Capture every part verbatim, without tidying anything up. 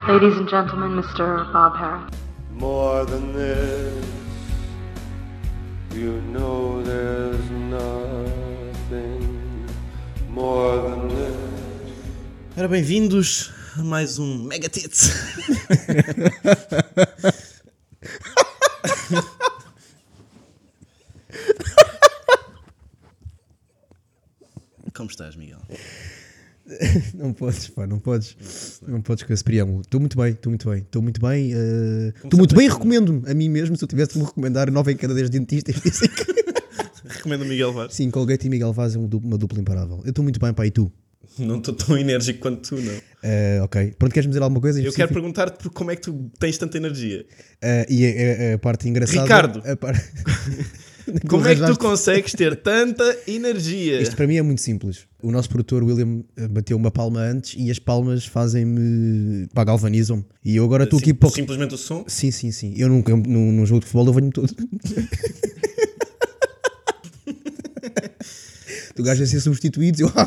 Ladies and gentlemen, Mister Bob Harris. More than this, you know there's nothing more than this. Ora, bem-vindos a mais um Mega Tits. Como estás, Miguel? Não podes, pá, não podes. Não podes com esse preâmbulo. Estou muito bem, estou muito bem. Estou muito bem. Estou uh, muito bem e recomendo-me a mim mesmo. Se eu tivesse de me recomendar nove em cada dez dentistas, dizem que... Recomendo o Miguel Vaz. Sim, Colgate e Miguel Vaz é uma dupla, uma dupla imparável. Eu estou muito bem, pá, e tu? Não estou tão enérgico quanto tu, não. Uh, ok. Pronto, queres-me dizer alguma coisa? Eu quero perguntar-te como é que tu tens tanta energia. Uh, e a, a, a parte engraçada... Ricardo! A par... Como é que tu consegues ter tanta energia? Isto para mim é muito simples. O nosso produtor William bateu uma palma antes e as palmas fazem-me... pá, galvanizam-me. E eu agora estou Sim, aqui... Para... Simplesmente o som? Sim, sim, sim. Eu nunca, num, num jogo de futebol, eu venho todo... Tu gajo a ser substituído, eu...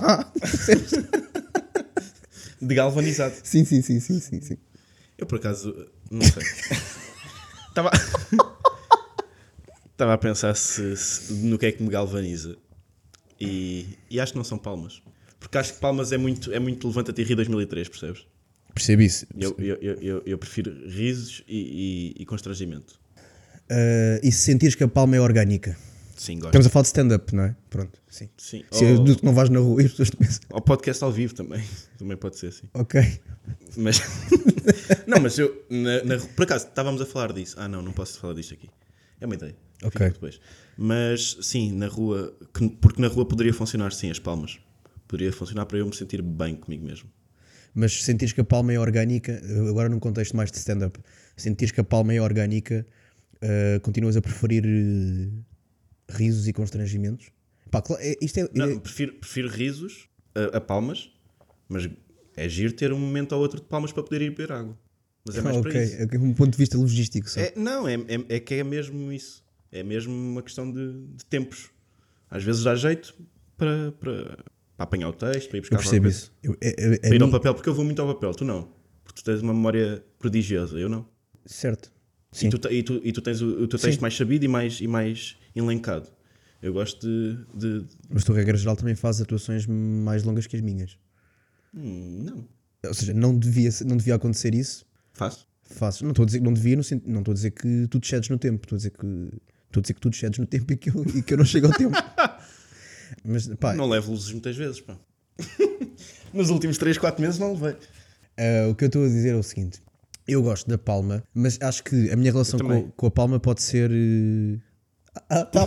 De galvanizado. Sim, sim, sim, sim, sim, sim. Eu, por acaso, não sei. Estava... Estava a pensar se, se, no que é que me galvaniza. E, e acho que não são palmas. Porque acho que palmas é muito, é muito levanta-te e ri dois mil e três, percebes? Percebo isso. Eu, eu, eu, eu, eu prefiro risos e, e, e constrangimento. Uh, e se sentires que a palma é orgânica? Sim, gosto. Estamos a falar de stand-up, não é? Pronto, sim. Sim. Se Ou, oh, não vais na rua e as pessoas te pensam... ou podcast ao vivo também. Também pode ser assim. Ok. Mas... não, mas eu... Na, na, por acaso, estávamos a falar disso. Ah, não, não posso falar disto aqui. É uma ideia. Ok. Depois. Mas, sim, na rua... Que, porque na rua poderia funcionar, sim, as palmas. Poderia funcionar para eu me sentir bem comigo mesmo. Mas se sentires que a palma é orgânica, agora num contexto mais de stand-up, sentires que a palma é orgânica, uh, continuas a preferir uh, risos e constrangimentos? Pá, é, isto é, não, é... Prefiro, prefiro risos a, a palmas, mas é giro ter um momento ou outro de palmas para poder ir beber água. Mas é mais okay. para isso. É um ponto de vista logístico só. É, não, é, é, é que é mesmo isso. É mesmo uma questão de, de tempos. Às vezes dá jeito para, para, para apanhar o texto, para ir buscar eu percebo isso. Eu, é, é, para ir mim... ao papel, porque eu vou muito ao papel. Tu não. Porque tu tens uma memória prodigiosa. Eu não. Certo. Sim. E, tu, e, tu, e tu tens o, o teu texto Sim. mais sabido e mais, e mais elencado. Eu gosto de, de... Mas tu, regra geral, também fazes atuações mais longas que as minhas. Hum, não. Ou seja, não devia, não devia acontecer isso. Faço. Faço. Não estou a dizer que não devia, não estou a dizer que tu te cedes no tempo. Estou a dizer que, estou a dizer que tu te cedes no tempo e que eu, e que eu não chego ao tempo. Mas, pá, não levo luzes muitas vezes, pá. Nos últimos três, quatro meses não levei. Uh, o que eu estou a dizer é o seguinte. Eu gosto da palma, mas acho que a minha relação com, com a palma pode ser... Uh... Ah, tá.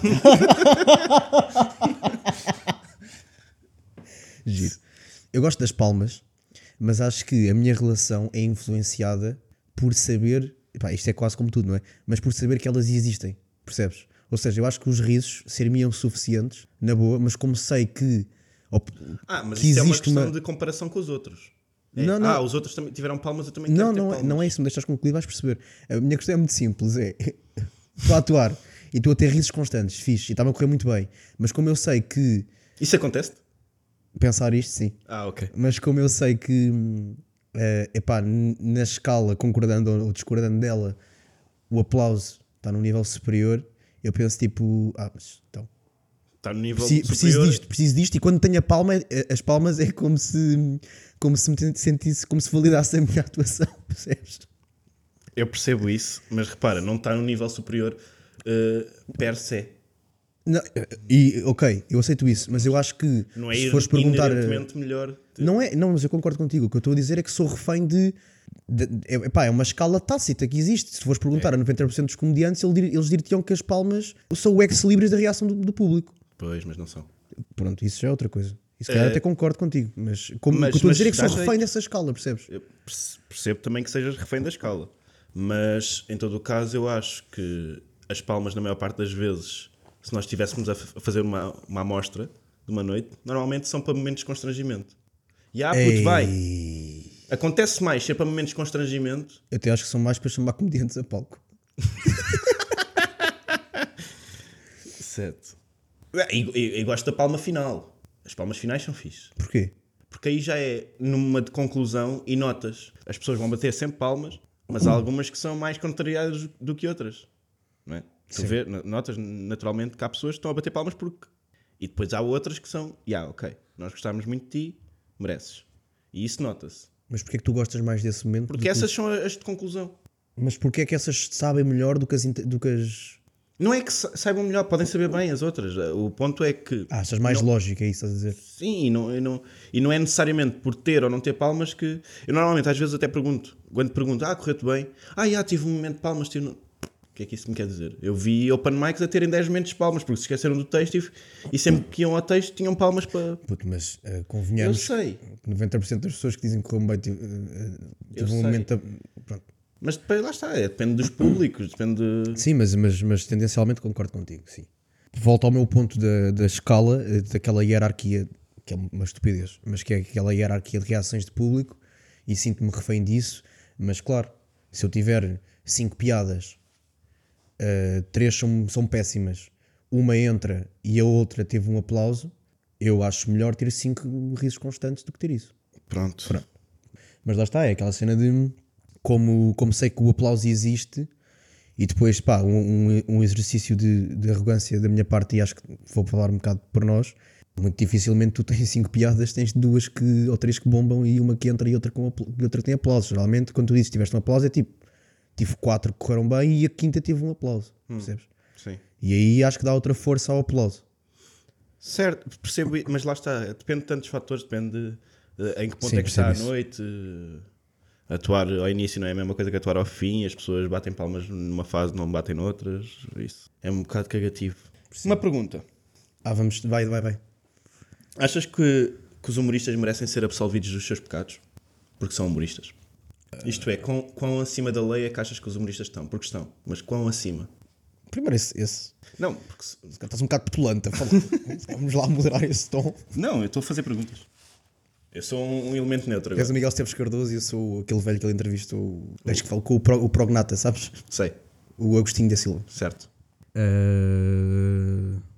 Giro. Eu gosto das palmas, mas acho que a minha relação é influenciada por saber... Pá, isto é quase como tudo, não é? Mas por saber que elas existem, percebes? Ou seja, eu acho que os risos seriam suficientes, na boa, mas como sei que... Ou, ah, mas que isso é uma existe questão uma... de comparação com os outros. É. Não, não. Ah, os outros também tiveram palmas, eu também não, quero não, ter palmas. Não é isso, me deixas concluir, vais perceber. A minha questão é muito simples, é... Estou a atuar e estou a ter risos constantes, fixe, e está-me a correr muito bem. Mas como eu sei que... Isso acontece? Pensar isto, sim. Ah, ok. Mas como eu sei que... Uh, epá, na escala, concordando ou discordando dela, o aplauso está num nível superior, eu penso tipo... Ah, mas então... Está no nível preciso, superior. Preciso disto, preciso disto. E quando tenho a palma, as palmas é como se... Como se me sentisse... Como se validasse a minha atuação, percebes? Eu percebo isso, mas repara, não está no nível superior uh, per se. Não, e, ok, eu aceito isso, mas eu acho que não é se fores perguntar... melhor de... Não é, não, mas eu concordo contigo. O que eu estou a dizer é que sou refém de... de, de epá, é uma escala tácita que existe. Se fores perguntar é. a noventa por cento dos comediantes, eles diriam que as palmas são o ex-libris da reação do, do público. Pois, mas não são. Pronto, isso já é outra coisa. Isso calhar é... até concordo contigo, mas como mas, o que eu estou a dizer é que sou jeito. refém dessa escala, percebes? Eu percebo também que sejas refém da escala. Mas, em todo o caso, eu acho que as palmas, na maior parte das vezes, se nós estivéssemos a fazer uma, uma amostra de uma noite, normalmente são para momentos de constrangimento. E ah, puto, vai! Acontece mais ser para momentos de constrangimento. Eu até acho que são mais para chamar comediantes a palco. Certo. E, e, e gosto da palma final. As palmas finais são fixe. Porquê? Porque aí já é numa de conclusão e notas. As pessoas vão bater sempre palmas, mas há algumas que são mais contrariadas do que outras. Não é? Tu vê, notas naturalmente que há pessoas que estão a bater palmas porque... E depois há outras que são, já, yeah, ok, nós gostamos muito de ti, mereces. E isso nota-se. Mas porquê é que tu gostas mais desse momento? Porque essas são as de conclusão. Mas porquê é que essas sabem melhor do que as... Do que as... Não é que saibam melhor, podem saber bem as outras. O ponto é que... Ah, achas mais não... lógica, é isso a dizer? Sim, e não, e, não, e não é necessariamente por ter ou não ter palmas que... Eu normalmente às vezes até pergunto, quando pergunto, ah, correu-te bem? Ah, já, tive um momento de palmas, tive... O que é que isso me quer dizer? Eu vi open mics a terem dez momentos de palmas, porque se esqueceram do texto e, e sempre que iam ao texto tinham palmas para... Puto, mas uh, convenhamos... Eu sei. Que noventa por cento das pessoas que dizem que correu bem tive, uh, tive um sei. momento... A... Pronto. Mas depois lá está, é, depende dos públicos, depende... De... Sim, mas, mas, mas tendencialmente concordo contigo, sim. Volto ao meu ponto da, da escala, daquela hierarquia, que é uma estupidez, mas que é aquela hierarquia de reações de público, e sinto-me refém disso, mas claro, se eu tiver cinco piadas, uh, três são, são péssimas, uma entra e a outra teve um aplauso, eu acho melhor ter cinco risos constantes do que ter isso. Pronto. Pronto. Mas lá está, é aquela cena de... Como, como sei que o aplauso existe e depois pá, um, um, um exercício de, de arrogância da minha parte, e acho que vou falar um bocado por nós, muito dificilmente tu tens cinco piadas, tens duas que, ou três que bombam e uma que entra e outra, com, e outra tem aplausos. Geralmente quando tu dizes que tiveste um aplauso é tipo, tive quatro que correram bem e a quinta teve um aplauso, hum, percebes? Sim. E aí acho que dá outra força ao aplauso. Certo, percebo, mas lá está, depende de tantos fatores, depende de, de, em que ponto Sim, é que está a isso. noite. Atuar ao início não é a mesma coisa que atuar ao fim, as pessoas batem palmas numa fase, não batem noutras, isso é um bocado cagativo. Sim. Uma pergunta. Ah, vamos, vai, vai, vai. Achas que, que os humoristas merecem ser absolvidos dos seus pecados? Porque são humoristas. Uh... Isto é, quão, quão acima da lei é que achas que os humoristas estão? Porque estão, mas quão acima? Primeiro esse. esse. Não, porque... Se... Estás um bocado petulante. Vamos lá moderar esse tom. Não, eu estou a fazer perguntas. Eu sou um, um elemento neutro agora. És o Miguel Esteves Cardoso e eu sou aquele velho que ele entrevistou, acho que falo com o, Pro, o Prognata, sabes? Sei. O Agostinho da Silva. Certo. Uh...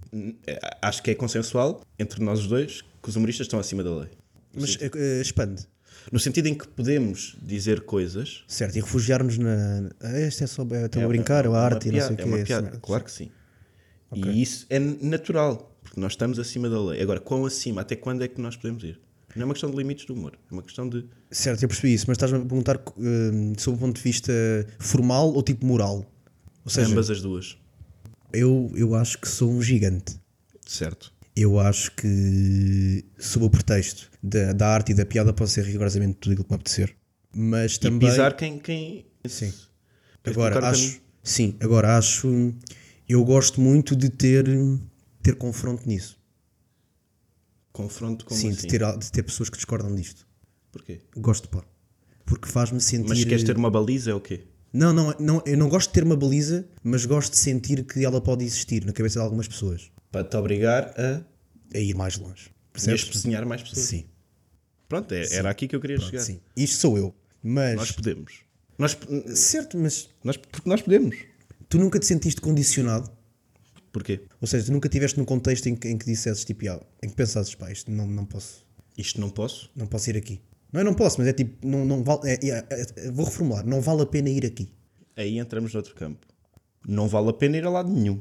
Acho que é consensual entre nós os dois que os humoristas estão acima da lei. Mas uh, expande. No sentido em que podemos dizer coisas... Certo, e refugiar-nos na... Ah, este é só... Estou é, a brincar, é, ou a arte é e não sei o que. É uma é piada, assim, claro que sim. Okay. E isso é natural, porque nós estamos acima da lei. Agora, quão acima? Até quando é que nós podemos ir? Não é uma questão de limites do humor, é uma questão de... Certo, eu percebi isso, mas estás-me a perguntar uh, sob o ponto de vista formal ou tipo moral? Ou seja, ambas as duas. Eu, eu acho que sou um gigante. Certo. Eu acho que, sob o pretexto da, da arte e da piada, posso ser rigorosamente tudo aquilo que me apetecer. Mas e também... pisar quem... quem... Sim. Queres Agora acho... Sim, agora acho... Eu gosto muito de ter, ter confronto nisso. Confronto como Sim, assim? de ter, de ter pessoas que discordam disto. Porquê? Gosto, pá. Porque faz-me sentir... Mas queres ter uma baliza é o quê? Não, não, não, eu não gosto de ter uma baliza, mas gosto de sentir que ela pode existir na cabeça de algumas pessoas. Para te obrigar a... A ir mais longe. a Percebes? espezinhar mais pessoas. Sim. Pronto, é, Sim. era aqui que eu queria Pronto, chegar. sim. Isto sou eu. Mas... Nós podemos. Nós, Certo, mas... nós, porque nós podemos. Tu nunca te sentiste condicionado? Porquê? Ou seja, tu nunca estiveste num contexto em que, em que dissesses tipo, ah, em que pensasses, pá, isto não, não posso, Isto não posso? não posso ir aqui. Não é não posso, mas é tipo, não, não vale, é, é, é, vou reformular, não vale a pena ir aqui. Aí entramos noutro campo. Não vale a pena ir a lado nenhum.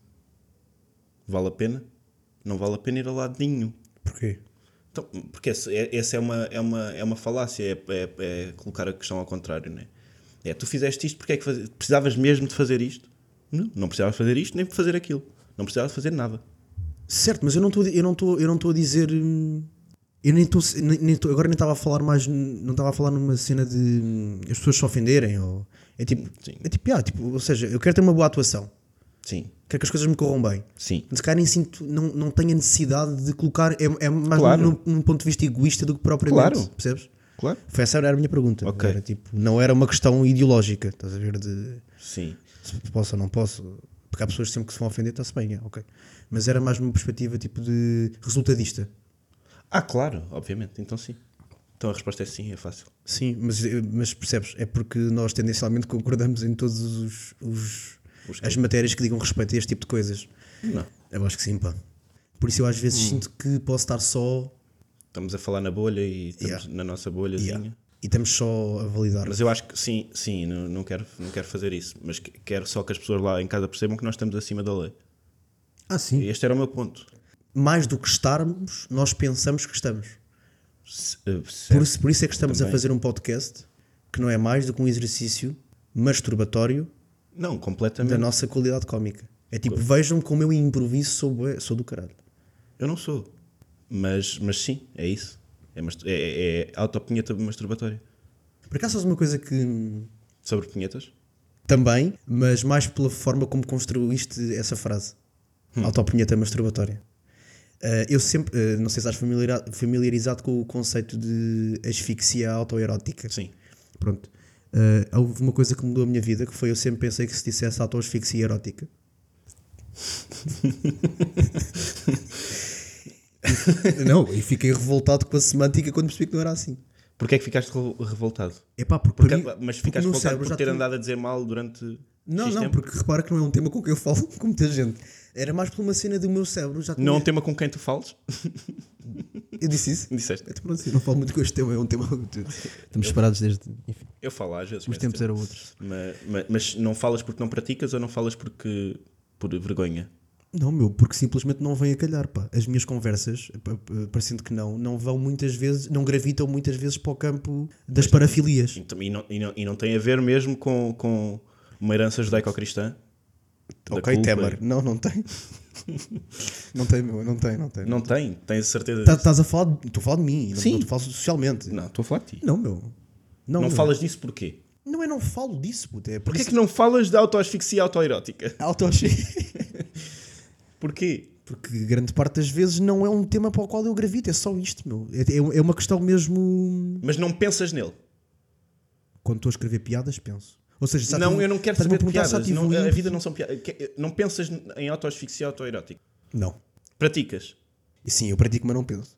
Vale a pena? Não vale a pena ir a lado nenhum. Porquê? Então, porque essa, essa é, uma, é, uma, é uma falácia, é, é, é colocar a questão ao contrário, não é? É, tu fizeste isto porque é que faz... precisavas mesmo de fazer isto? Não, não precisavas fazer isto nem fazer aquilo. Não precisavas fazer nada. Certo, mas eu não estou eu não estou eu não estou a dizer hum, eu nem estou nem, nem tô, agora nem estava a falar mais, não estava a falar numa cena de hum, as pessoas se ofenderem ou é tipo, Sim. é tipo, ah, tipo, ou seja, eu quero ter uma boa atuação. Sim. Quero que as coisas me corram bem. Sim. Mas cara, nem sinto, não, não tenho a necessidade de colocar, é, é mais Claro. num, num ponto de vista egoísta do que propriamente, Claro. percebes? Claro. Foi essa era a minha pergunta. Ok. Era, tipo, não era uma questão ideológica, estás a ver, de Sim. se posso ou não posso, porque há pessoas sempre que se vão ofender, está-se bem, é, ok. Mas era mais uma perspectiva tipo de resultadista. Ah, claro, obviamente. Então sim. Então a resposta é sim, é fácil. Sim, mas, mas percebes, é porque nós tendencialmente concordamos em todos os, os, Os as matérias que digam respeito a este tipo de coisas. Não. Eu acho que sim, pá. Por isso eu às vezes Hum. sinto que posso estar só estamos a falar na bolha e estamos Yeah. na nossa bolhazinha. Yeah. E estamos só a validar. Mas eu acho que sim, sim, não, não, quero, não quero fazer isso. Mas que- quero só que as pessoas lá em casa percebam que nós estamos acima da lei. Ah, sim. E este era o meu ponto. Mais do que estarmos, nós pensamos que estamos. Se- uh, Por, certo. isso- por isso é que estamos Também. a fazer um podcast que não é mais do que um exercício masturbatório Não, da completamente. nossa qualidade cómica. É tipo, vejam como eu improviso, sou, bué- sou do caralho. Eu não sou. Mas, mas sim, é isso. É, mastu- é, é, é autopunheta masturbatória. Por acaso, faz uma coisa que Sobre punhetas? também, mas mais pela forma como construíste essa frase. Hum. Autopunheta masturbatória. Uh, eu sempre, uh, não sei se estás familiarizado, familiarizado com o conceito de asfixia autoerótica. Sim. Pronto. Uh, houve uma coisa que mudou a minha vida, que foi eu sempre pensei que se dissesse autoasfixia erótica. Não, e fiquei revoltado com a semântica quando percebi que não era assim. Porquê é que ficaste re- revoltado? Epá, porque, Porque, para mim- mas porque o ficaste meu revoltado cérebro por já ter tinha- andado a dizer mal durante. Não, X não, tempo? porque repara que não é um tema com que eu falo com muita gente. Era mais por uma cena do meu cérebro. Já tinha... Não é um tema com quem tu fales? Eu disse isso? Disseste. Então, pronto, eu não falo muito com este tema, é um tema. Estamos separados desde. Enfim, Eu falo às vezes. os mas tempos tem- eram outros. Mas, mas, mas não falas porque não praticas ou não falas porque por vergonha? Não, meu, porque simplesmente não vem a calhar, pá. As minhas conversas, pa- pa- parecendo que não, não vão muitas vezes, não gravitam muitas vezes para o campo das parafilias. Então, E não, e não, e não tem a ver mesmo com, com uma herança judaico-cristã? Da Ok, culpa? Temer. Não, não tem. Não tem, meu, não tem, não tem. Não tem? Tens certeza Tá- disso? Estás a falar, de- estou a falar de mim, não- Sim. não estou a falar socialmente. Não, estou a falar de ti. Não, meu. Não, Não meu. falas disso porquê? Não é, não falo disso, puto. É por Porquê isso que não falas de autoasfixia autoerótica? autoasfixia. Porquê? Porque grande parte das vezes não é um tema para o qual eu gravito, é só isto, meu. É, é- é uma questão mesmo. Mas não pensas nele? Quando estou a escrever piadas, penso. Ou seja, já Não, tive- eu não quero estás-me saber a de perguntar se já piadas. tive Não, um a livro? vida não são piadas. Que- Não pensas em autoasfixia autoerótica? Não. Praticas? E sim, eu pratico, mas não penso.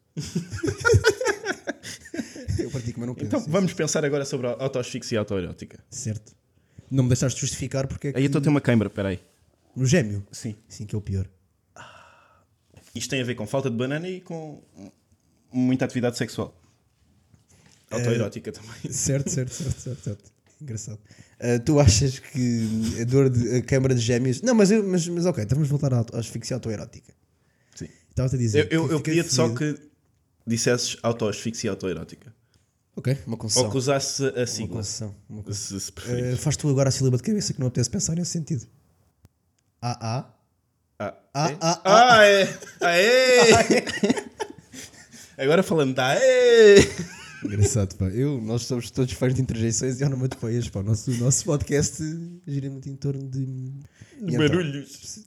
eu pratico, mas não penso. Então sim. vamos pensar agora sobre a autoasfixia autoerótica. Certo. Não me deixaste justificar porque é que... Aí eu estou a ter uma queimbra, peraí. No gêmeo? Sim. Sim, que é o pior. Isto tem a ver com falta de banana e com muita atividade sexual. Autoerótica também. Certo, certo, certo, certo, certo. Engraçado. Ah, tu achas que a dor de a câmara de gêmeos... Não, mas, eu, mas, mas ok, então vamos voltar à à asfixia autoerótica. Sim. Estava-te a Eu, dizer... eu, que eu fiquei pedia-te só fedido. que dissesses autoasfixia autoerótica. Ok, uma concessão. Ou que usasses a Uma sigla. concessão. Uma concessão. Se, se preferires. Uh, faz tu agora a sílaba de cabeça que não apetece pensar nesse sentido. A A. Ah, Ah, é? ah, ah, é! Aê! Agora falando da aê! Engraçado, pá. Eu, nós somos todos fãs de interjeições e onomatopeias, pá. O nosso, o nosso podcast gira muito em torno de... E então? Barulhos.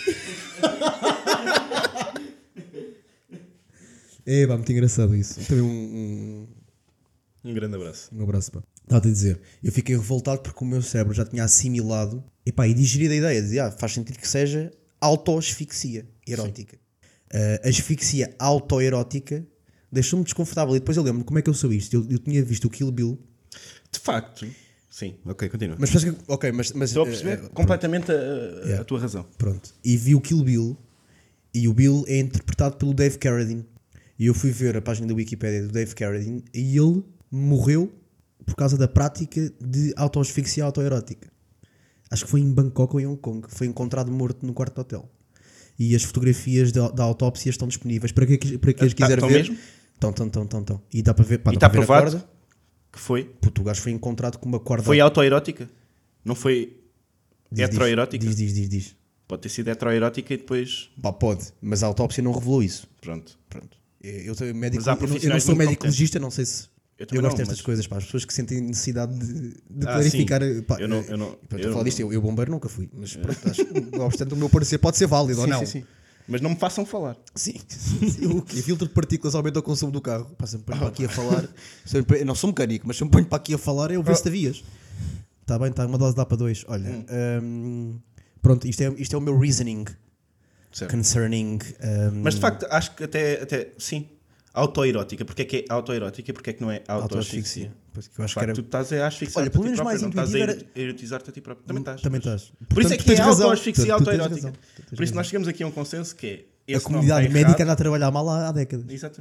É, pá, muito engraçado isso. Também um, Um grande abraço. um, um abraço, pá. Estava-te a dizer, eu fiquei revoltado porque o meu cérebro já tinha assimilado e, pá, e digerido a ideia de, ah, faz sentido que seja autoasfixia erótica. Uh, asfixia autoerótica deixou-me desconfortável e depois eu lembro-me como é que eu sou isto. Eu, eu tinha visto o Kill Bill. De facto. Sim, ok, continua. Mas, mas ok, mas, mas Estou a perceber uh, uh, completamente a, a Yeah. tua razão. Pronto. E vi o Kill Bill e o Bill é interpretado pelo Dave Carradine. E eu fui ver a página da Wikipedia do Dave Carradine e ele morreu por causa da prática de autoasfixia autoerótica. Acho que foi em Bangkok ou em Hong Kong. Foi encontrado morto no quarto de hotel. E as fotografias da, da autópsia estão disponíveis para, que, para quem as Ah, quiser estão ver. mesmo? Estão, estão, estão, estão, estão. E dá para ver, pá, E dá está para ver a provado corda. que foi. Puto, o gajo foi encontrado com uma corda. Foi autoerótica? Não foi Diz, heteroerótica? Diz, diz, diz, diz. Pode ter sido heteroerótica e depois. Pá, pode. Mas a autópsia não revelou isso. Pronto. Pronto. Eu, sou médico, Mas há eu, não, eu não profissionais sou muito médico legista, não sei se. Eu Eu, também gosto não, destas mas- coisas, pá, as pessoas que sentem necessidade de, de Ah, clarificar. sim. Pá, Eu não- eu não- e, pá, eu estou a falar não- disto, eu, eu bombeiro nunca fui, mas pronto, acho que, não obstante, o meu parecer pode ser válido ou Sim, não. sim, sim. Mas não me façam falar. Sim. O quê? Filtro de partículas aumenta o consumo do carro. Pá, se me ponho para aqui a falar, se eu, me ponho- eu não sou mecânico, mas se eu me ponho para aqui a falar, eu vejo se vias. Está bem, está, uma dose dá para dois. Olha, hum, pronto, isto é, isto é o meu reasoning Certo. concerning. hum, Mas de facto, acho que até, até sim, autoerótica. Porque é que é autoerótica e porque é que não é autoasfixia? autoasfixia. Pois que eu acho De que facto, era. tu estás a asfixiar Olha, pelo menos mais não estás a intuitivo ero- erotizar-te a ti próprio. Também estás. Também mas- estás. Por isso é Portanto, que é tens razão. autoasfixia Portanto, tu tens autoerótica. razão. Tu tens Por isso razão. nós chegamos aqui a um consenso que é A esse comunidade nome está médica errado. anda a trabalhar mal há, há décadas. Exatamente.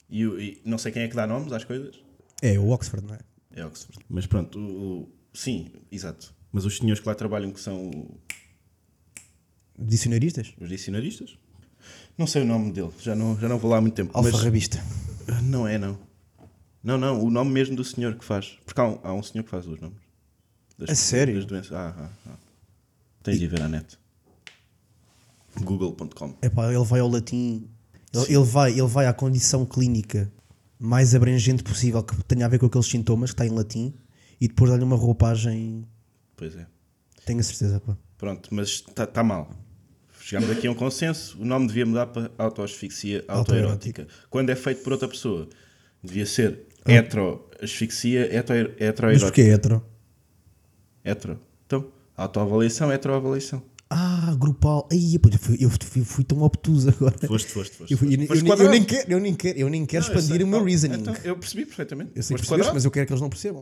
E, o- e não sei quem é que dá nomes às coisas. É o Oxford, não é? É Oxford. Mas pronto, o, o- sim, exato. Mas os senhores que lá trabalham, que são Dicionaristas? os dicionaristas, não sei o nome dele, já não, já não vou lá há muito tempo. mas- Alfarrabista. Não é, não. Não, não, o nome mesmo do senhor que faz. Porque há um, há um senhor que faz os nomes. Das, A sério? Das doenças. Ah, ah, ah. Tens de ir ver à net. google ponto com. Epá, ele vai ao latim, ele, ele, vai, ele vai à condição clínica mais abrangente possível que tenha a ver com aqueles sintomas que está em latim e depois dá-lhe uma roupagem, Pois é. tenho a certeza, pá. Pronto, mas está tá mal. Chegamos aqui a um consenso. O nome devia mudar para autoasfixia autoerótica. Quando é feito por outra pessoa, devia ser heteroasfixia hetero- Mas heteroerótica. porquê hetero? Hetero. Então, autoavaliação, heteroavaliação. Ah, grupal. Ai, pô, eu, fui, eu fui, fui tão obtuso agora. Foste, foste, foste. Eu, fui- eu- foste. eu- Foste eu- eu quadrado. nem quero, eu nem quero, eu nem quero Não, eu expandir sei. o meu Oh, reasoning. então, eu percebi perfeitamente. Eu sei que Foste percebes, quadrado. mas eu quero que eles não percebam.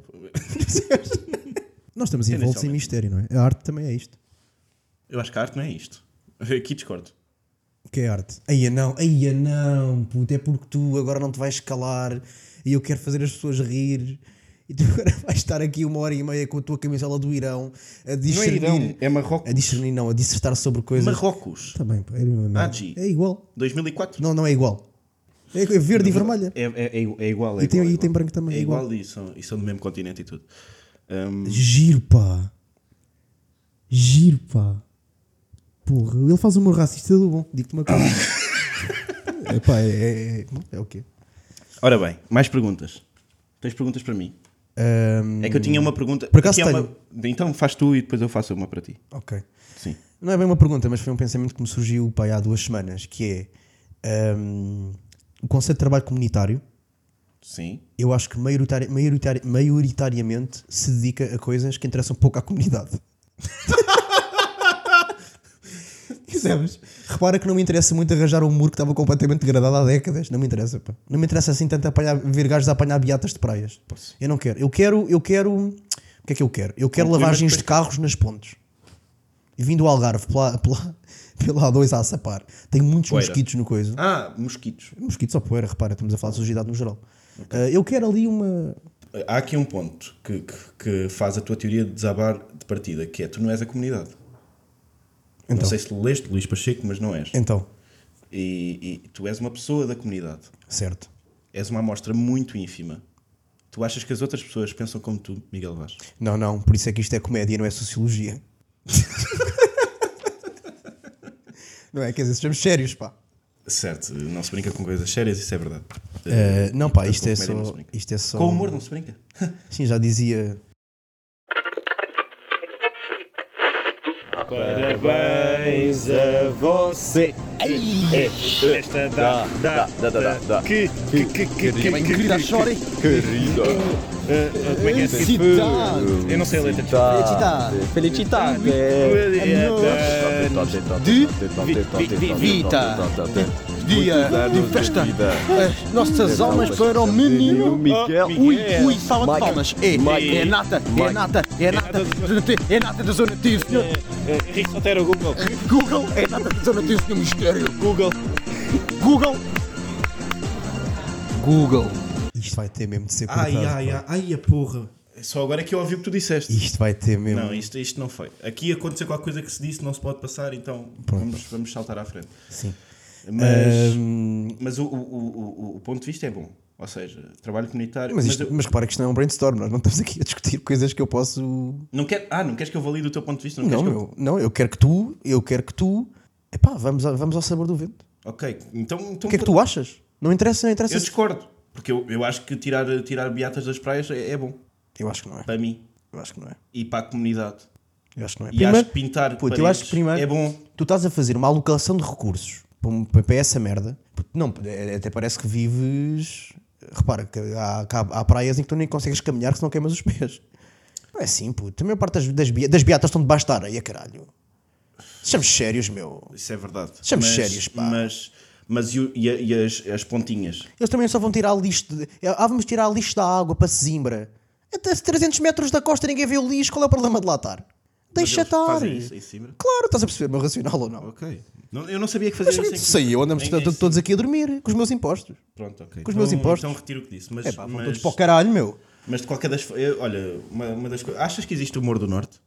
Nós estamos envolvidos em Tendencialmente. mistério, não é? A arte também é isto. Eu acho que a arte não é isto. Aqui discordo. O que é arte? Aí não, aí não, puto, é porque tu agora não te vais calar e eu quero fazer as pessoas rir e tu agora vais estar aqui uma hora e meia com a tua camisola do Irão a discernir. Não é Irão, é Marrocos. A discernir, não, a dissertar sobre coisas. Marrocos. Tá bem, pá, é, a mesma merda. Agi. É igual. dois mil e quatro. Não, não é igual. É, é verde e vermelha. É, é, é, é igual. É E tem- igual, é e tem igual. branco também, É é igual. igual e são, e são do mesmo continente e tudo. Hum, Giro, pá. Giro, pá. Porra, ele faz humor racista do bom. Digo-te uma coisa. é pá, é, é, é, é o quê? ora bem, mais perguntas. Tens perguntas para mim? Ahm, É que eu tinha uma pergunta. Por acaso aqui é tenho. uma- Então faz tu e depois eu faço uma para ti. Ok. Sim. Não é bem uma pergunta, mas foi um pensamento que me surgiu pá, há duas semanas, que é ahm, o conceito de trabalho comunitário. Sim. Eu acho que maioritari- maioritari- maioritariamente se dedica a coisas que interessam pouco à comunidade. Percebes? Repara que não me interessa muito arranjar um muro que estava completamente degradado há décadas. Não me interessa, pá. Não me interessa assim tanto apanhar, ver gajos a apanhar beatas de praias. Posso. Eu não quero. Eu quero, eu quero. O que é que eu quero? Eu quero Conclui, lavagens mas de depois- carros nas pontes. E vindo do Algarve pela, pela, pela A dois a sapar. Tem muitos Poeira. mosquitos no coisa. Ah, mosquitos. Mosquitos ou poeira, repara, estamos a falar de sujidade no geral. Ah, eu quero ali uma. Há aqui um ponto que, que, que faz a tua teoria de desabar de partida, que é tu não és a comunidade. Então, Não sei se leste Luís Pacheco, mas não és. então E, e tu és uma pessoa da comunidade. certo. És uma amostra muito ínfima. Tu achas que as outras pessoas pensam como tu, Miguel Vaz? Não, não, por isso é que isto é comédia, não é sociologia. Não é? Quer dizer, sejamos sérios, pá. Certo, não se brinca com coisas sérias, isso é verdade. Eh, não, pá, Com isto é, comédia não se só, brinca. isto é só. Com humor não se brinca. Sim, já dizia. Parabéns a você. Esta dá, dá, dá, dá, dá. Que, que, que, que, que, Querida, chore. querida. Como é que é? Felicidade. Eu não sei a letra. Felicidade. Felicidade. De Vita. Dia de festa. As nossas almas para o menino Miguel. Ui, ui, salva de Mike. palmas. É, Mike. é nata, é Mike. nata, é nata. É nata da zona T, senhor. Henrique Sotero, Google. Google, é nata da zona T, senhor mistério. Google. Google. Google. Isto vai ter mesmo de ser cortado. Ai, ai, pá. ai, ai, a porra. Só agora é que eu ouvi o que tu disseste. Isto vai ter mesmo. Não, isto, isto não foi. Aqui aconteceu qualquer coisa que se disse, não se pode passar, então vamos, vamos saltar à frente. Sim. Mas, Ahm, mas o, o, o, o- o ponto de vista é bom. Ou seja, trabalho comunitário. mas, Mas, isto, eu- mas repara que isto não é um brainstorm, nós não estamos aqui a discutir coisas que eu posso. não quer, ah, não queres que eu valide o teu ponto de vista? Não, Não, queres que eu... eu, não, eu quero que tu, eu quero que tu. Epá, vamos, a- vamos ao sabor do vento. Ok, então. então O que é que tu achas? Não interessa, não interessa. Eu se- discordo. Porque eu, eu acho que tirar, tirar beatas das praias é, é bom. Eu acho que não é. Para mim. Eu acho que não é. E para a comunidade. Eu acho que não é. E acho que pintar puto, eu paredes acho que primeiro é bom. tu estás a fazer uma alocação de recursos para, um- para essa merda. Puto, não, é- até parece que vives. Repara, que há, que há, há praias em que tu nem consegues caminhar que senão queimas os pés. Não é assim, puto. A maior parte das, das, bia- das beatas estão debaixo da areia, caralho. Sejamos sérios, meu. Isso é verdade. Sejamos mas, sérios, pá. Mas, mas e, o- e a- e as, as pontinhas? Eles também só vão tirar lixo. De, ah, vamos tirar lixo da água para Sesimbra. Até trezentos metros da costa ninguém vê o lixo. Qual é o problema de lá estar? Deixa Mas eles estar. fazem isso em cima? Claro, estás a perceber o meu racional ou não? Ok. Não, eu não sabia que fazia assim. Sei, eu andamos Nem- to- nem- todos aqui a dormir com os meus impostos. Pronto, ok. Com os meus Então- impostos. Então retiro o que disse. Mas, É pá, vão mas, todos para o caralho, meu. mas de qualquer das. fo- eu- Olha, uma, uma das coisas. Achas que existe humor do Norte?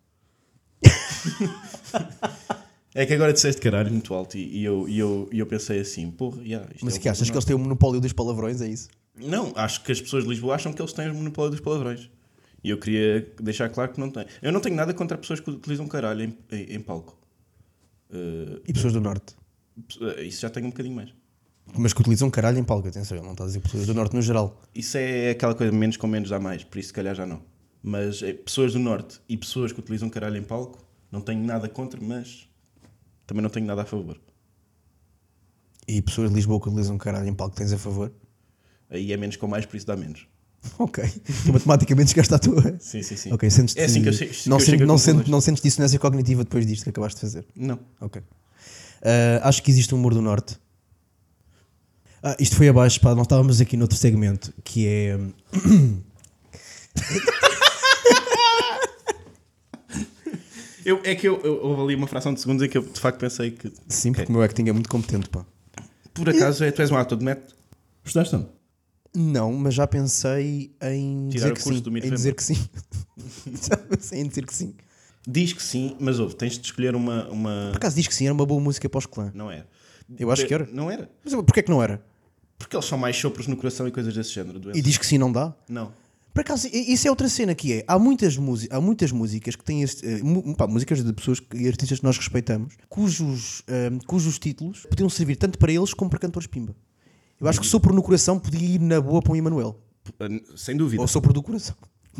É que agora disseste caralho muito alto e, e eu, e, eu, e eu pensei assim, porra, yeah, isto Mas é o o que humor achas do que eles Norte. têm o monopólio dos palavrões? É isso? Não, acho que as pessoas de Lisboa acham que eles têm o monopólio dos palavrões. E eu queria deixar claro que não têm. Eu não tenho nada contra pessoas que utilizam caralho em, em, em palco. Uh, E pessoas do Norte? isso já tenho um bocadinho mais. Mas que utilizam caralho em palco, atenção, ele não está a dizer pessoas do Norte no geral. Isso é aquela coisa menos com menos dá mais, por isso se calhar já não. Mas é, pessoas do Norte e pessoas que utilizam caralho em palco, não tenho nada contra, mas também não tenho nada a favor. E pessoas de Lisboa que utilizam caralho em palco, tens a favor? Aí é menos com mais, por isso dá menos. Ok. Tu matematicamente chegaste à tua. Sim, sim, sim. Ok, sentes-te. É assim que eu che- que não, eu sentes, chego a não, conclusões. sentes, não sentes dissonância cognitiva depois disto que acabaste de fazer? Não. Ok. Ah, acho que existe um humor do Norte. Ah, isto foi abaixo, pá, nós estávamos aqui noutro segmento que é. Eu, é que eu, eu, houve ali uma fração de segundos em que eu de facto pensei que. Sim, porque Ok. o meu acting é muito competente, pá. Por acaso é, tu és um ator de método? Estudaste tanto? Não, mas já pensei em Tirar dizer o que curso sim. do Mito Em dizer que sim. Já pensei em dizer que sim. Diz que sim, mas ouve, tens de escolher uma. uma... Por acaso diz que sim, era uma boa música para os clã. Não era. Eu acho que era. Não era. Mas porquê que não era? Porque eles são mais sopros no coração e coisas desse género. E doenças. diz que sim, não dá? Não. Por acaso, i- isso é outra cena que é. Há muitas, músi- há muitas músicas que têm este, eh, mu- pá, músicas de pessoas que- e artistas que nós respeitamos, cujos, eh, cujos títulos podiam servir tanto para eles como para cantores pimba. Eu acho que Sopro no Coração podia ir na boa para um Emanuel. Sem dúvida. Ou Sopro do Coração.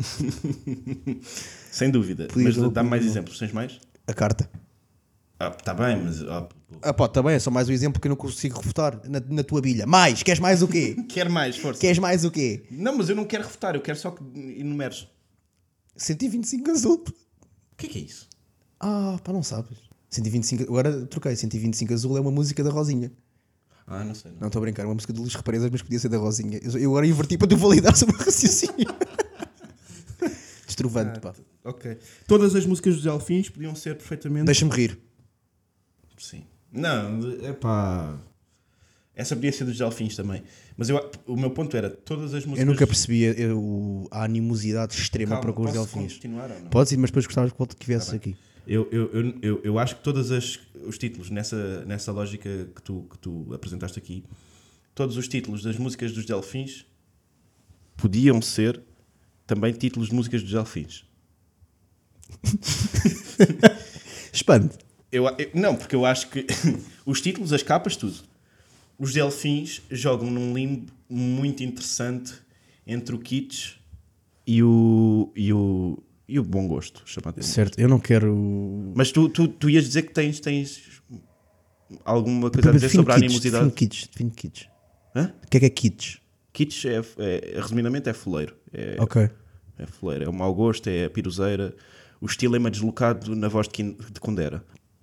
Sem dúvida. Podia Mas dar- dá-me mais podia- exemplos. Tens mais? A carta. Ah, tá bem, mas. ah, Ah pá, também é só mais um exemplo que eu não consigo refutar na, na tua bilha. Mais! Queres mais o quê? quero mais, força. Queres mais o quê? Não, mas eu não quero refutar, eu quero só que enumeres. cento e vinte e cinco azul. O que é que é isso? Ah, pá, não sabes. cento e vinte e cinco, agora troquei. cento e vinte e cinco azul é uma música da Rosinha. Ah, não sei. Não. Não estou a brincar, é uma música de Luís Represas, mas podia ser da Rosinha. Eu, eu agora inverti para tu validares o meu raciocínio. Destrovante, pá. Ok. Todas as músicas dos Delfins podiam ser perfeitamente. Deixa-me rir. Sim. Não, é pá. Essa podia ser dos Delfins também. Mas eu, o meu ponto era: todas as músicas. Eu nunca percebi a, eu- a animosidade extrema Calma, para com os posso delfins. continuar ou não? Podes ir, mas depois gostava que estivesse aqui. Eu, eu, eu, eu, eu acho que todos as, os títulos, nessa, nessa lógica que tu, que tu apresentaste aqui, todos os títulos das músicas dos Delfins podiam ser também títulos de músicas dos Delfins. Expande. Eu, eu- não, porque eu acho que os títulos, as capas, tudo. Os Delfins jogam num limbo muito interessante entre o kitsch e o, e o, e o bom gosto. chamado assim. Certo, eu não quero. Mas tu, tu, tu ias dizer que tens, tens alguma coisa a dizer Define sobre a kitsch, animosidade? define kitsch, define kitsch. Hã? O que é que é kitsch? Kitsch é, é, resumidamente, é foleiro. É, Ok. é foleiro. É o mau gosto, é a piruzeira. O estilo é deslocado na voz de, Quin- de Kundera.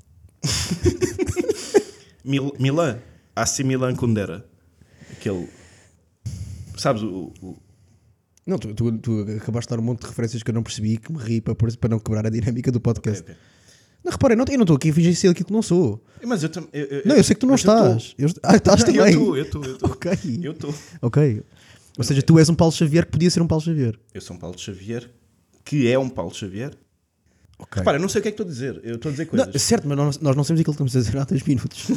Mil, Milan. Assim Milan Kundera. Aquele... Sabes, o... o Não, tu, tu, tu acabaste de dar um monte de referências que eu não percebi e que me ri para, pôr- para não quebrar a dinâmica do podcast. Ok, ok. Não, reparem, não, eu não estou aqui a fingir ser aquilo que não sou. Mas eu também... eu- eu- Não, eu sei que tu não mas eu tô. estás. Eu, ah, estás Não, também. Eu estou, eu estou, eu estou. Ok. Eu estou. Ok. Ou seja, tu és um Paulo Xavier que podia ser um Paulo Xavier. Eu sou um Paulo Xavier, que é um Paulo Xavier. Ok. Repara, eu não sei o que é que estou a dizer. Eu estou a dizer Não, coisas. certo, mas nós, nós não sabemos aquilo que estamos a dizer há dois minutos.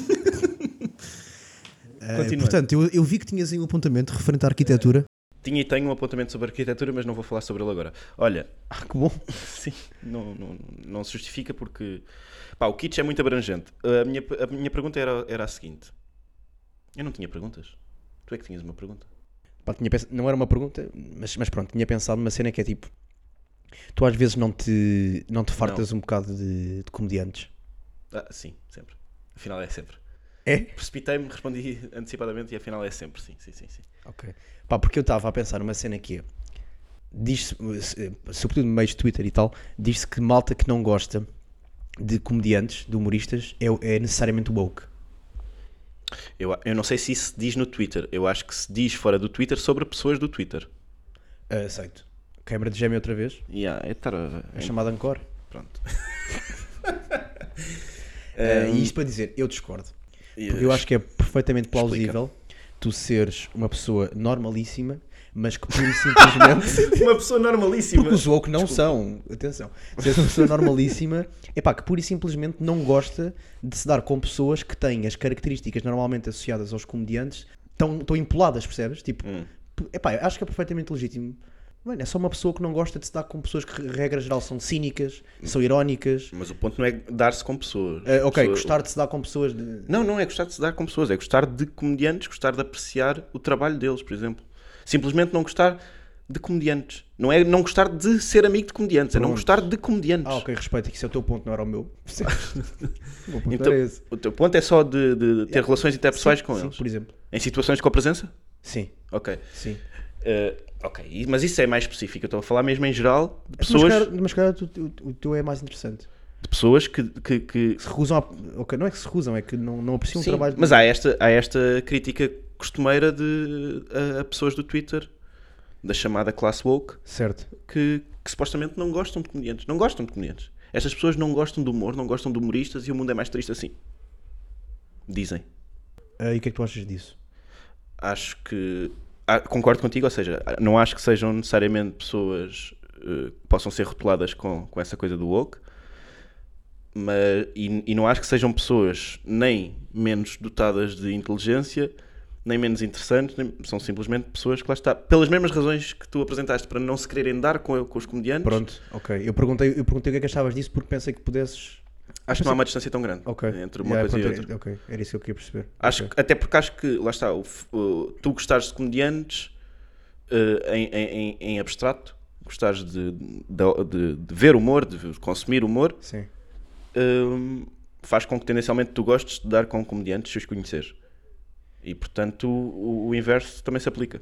Eh, Continua. portanto, eu, eu vi que tinhas aí um apontamento referente à arquitetura. Tinha e tenho um apontamento sobre arquitetura, mas não vou falar sobre ele agora. Olha, Ah, que bom. sim, não, não, não se justifica porque... Pá, o kitsch é muito abrangente. A minha, a minha pergunta era, era a seguinte. Eu não tinha perguntas. Tu é que tinhas uma pergunta. Pá, tinha pens- não era uma pergunta, mas, mas pronto, tinha pensado numa cena que é tipo: tu às vezes não te, não te fartas um bocado de, de comediantes. Ah, sim, sempre. Afinal é sempre. É? Precipitei-me, respondi antecipadamente e afinal é sempre, sim, sim, sim. sim. Ok. Pá, porque eu estava a pensar numa cena que é: diz-se, se- sobretudo no meio de Twitter e tal, diz-se que malta que não gosta de comediantes, de humoristas, é, é necessariamente woke. Eu, eu não sei se isso se diz no Twitter. Eu acho que se diz fora do Twitter sobre pessoas do Twitter. Ah, aceito. Câmara de gêmeo outra vez? Yeah, é estar a... É chamada Ancor? Pronto. Uh, e isto para dizer, eu discordo. Porque eu acho que é perfeitamente plausível tu seres uma pessoa normalíssima, mas que pura e simplesmente... Uma pessoa normalíssima. Porque os woke não são, atenção, seres uma pessoa normalíssima, epá, que pura e simplesmente não gosta de se dar com pessoas que têm as características normalmente associadas aos comediantes tão, tão empoladas, percebes? Tipo, Hum. epá, acho que é perfeitamente legítimo. Mano, é só uma pessoa que não gosta de se dar com pessoas que, regra geral, são cínicas, são irónicas. Mas o ponto não é dar-se com pessoas. Uh, ok, Pessoa- gostar de se dar com pessoas de... Não, não é gostar de se dar com pessoas, é gostar de comediantes, gostar de apreciar o trabalho deles, por exemplo. Simplesmente não gostar de comediantes. Não é não gostar de ser amigo de comediantes, é não Pronto. gostar de comediantes. Ah, ok, respeito, que isso é o teu ponto, não era o meu. O meu ponto Então, era esse. o teu ponto é só de, de ter relações interpessoais Sim, com sim, eles. por exemplo. Em situações com a presença? Sim, Ok. sim. Uh, ok, e- mas isso é mais específico. Eu estou a falar mesmo em geral de Mas, pessoas, cara, mas cara, tu- tu- o teu é mais interessante. de pessoas que, que, que- Se recusam a... Ok, não é que se recusam, é que não, não apreciam Sim, o trabalho... mas há esta, há esta crítica costumeira de, a, a pessoas do Twitter, da chamada classe woke, Certo. que, que supostamente não gostam de comediantes. Não gostam de comediantes. Estas pessoas não gostam de humor, não gostam de humoristas e o mundo é mais triste assim. Dizem. Ah, e o que é que tu achas disso? Acho que... ah, concordo contigo, ou seja, não acho que sejam necessariamente pessoas eh, que possam ser rotuladas com, com essa coisa do woke, mas, e, e não acho que sejam pessoas nem menos dotadas de inteligência, nem menos interessantes, nem- são simplesmente pessoas que lá está, pelas mesmas razões que tu apresentaste, para não se quererem dar com, com os comediantes. Pronto, ok. Eu perguntei, eu perguntei o que é que achavas disso porque pensei que pudesses... Acho que não há uma distância tão grande Ok. entre uma Yeah, coisa pronto, e outra. Ok, era isso que eu queria perceber. Acho Ok. que- até porque acho que, lá está, o f- o- tu gostares de comediantes eh, em, em- em- em abstrato, gostares de, de, de- de ver humor, de consumir humor, Sim. hum, faz com que tendencialmente tu gostes de dar com comediantes se os conheceres. E portanto o, o inverso também se aplica.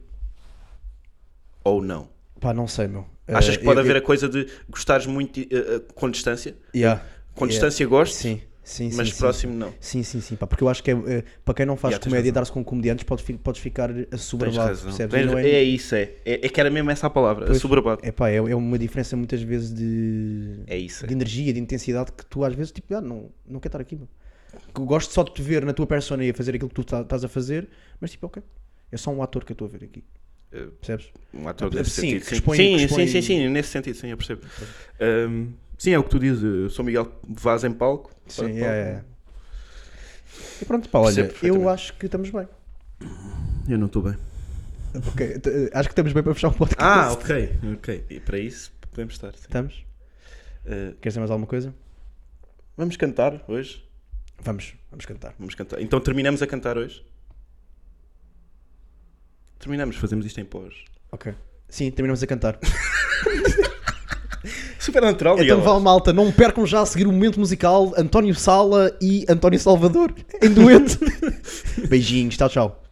Ou não. Pá, não sei, meu. Achas Ah, que pode eu- haver eu- a coisa de gostares muito eh, eh, com distância? Yeah. Com Yeah. distância gosto, Sim, sim, sim. mas sim. próximo não. Sim, sim, sim. Pá, porque eu acho que é, é, para quem não faz Yeah, tens comédia, razão. dar-se com comediantes, podes, fi- podes ficar Tens assoberbado, razão. percebes? Tens- E não é... isso, é. é. É que era mesmo essa a palavra, Pois, assoberbado. É pá, é, é uma diferença muitas vezes de, É isso, é. de energia, de intensidade que tu às vezes tipo, ah, não, não quero estar aqui. Meu. Que eu gosto só de te ver na tua persona e a fazer aquilo que tu tá- estás a fazer, mas tipo, ok, é só um ator que eu estou a ver aqui. Eh, Percebes? Um ator Sim, nesse sentido. que Sim, expõe- sim, que expõe- sim, sim, sim, nesse sentido, sim, eu percebo. Um, sim, é o que tu dizes. Eu sou Miguel Vaz em palco. fora Sim, de é, palco. é. E pronto, pá, olha, Percebo eu perfeitamente. acho que estamos bem. Eu não estou bem. Ok, t- acho que estamos bem para fechar o podcast. Ah, ok, ok. E para isso podemos estar. sim. Estamos? Uh, Queres dizer mais alguma coisa? vamos cantar hoje? Vamos, vamos cantar. Vamos cantar. Então terminamos a cantar hoje? Terminamos, fazemos isto em pós. Ok. Sim, terminamos a cantar. Super natural, Então Miguel. vá, malta, não percam já a seguir o momento musical António Sala e António Salvador em dueto. Beijinhos, tchau, tchau.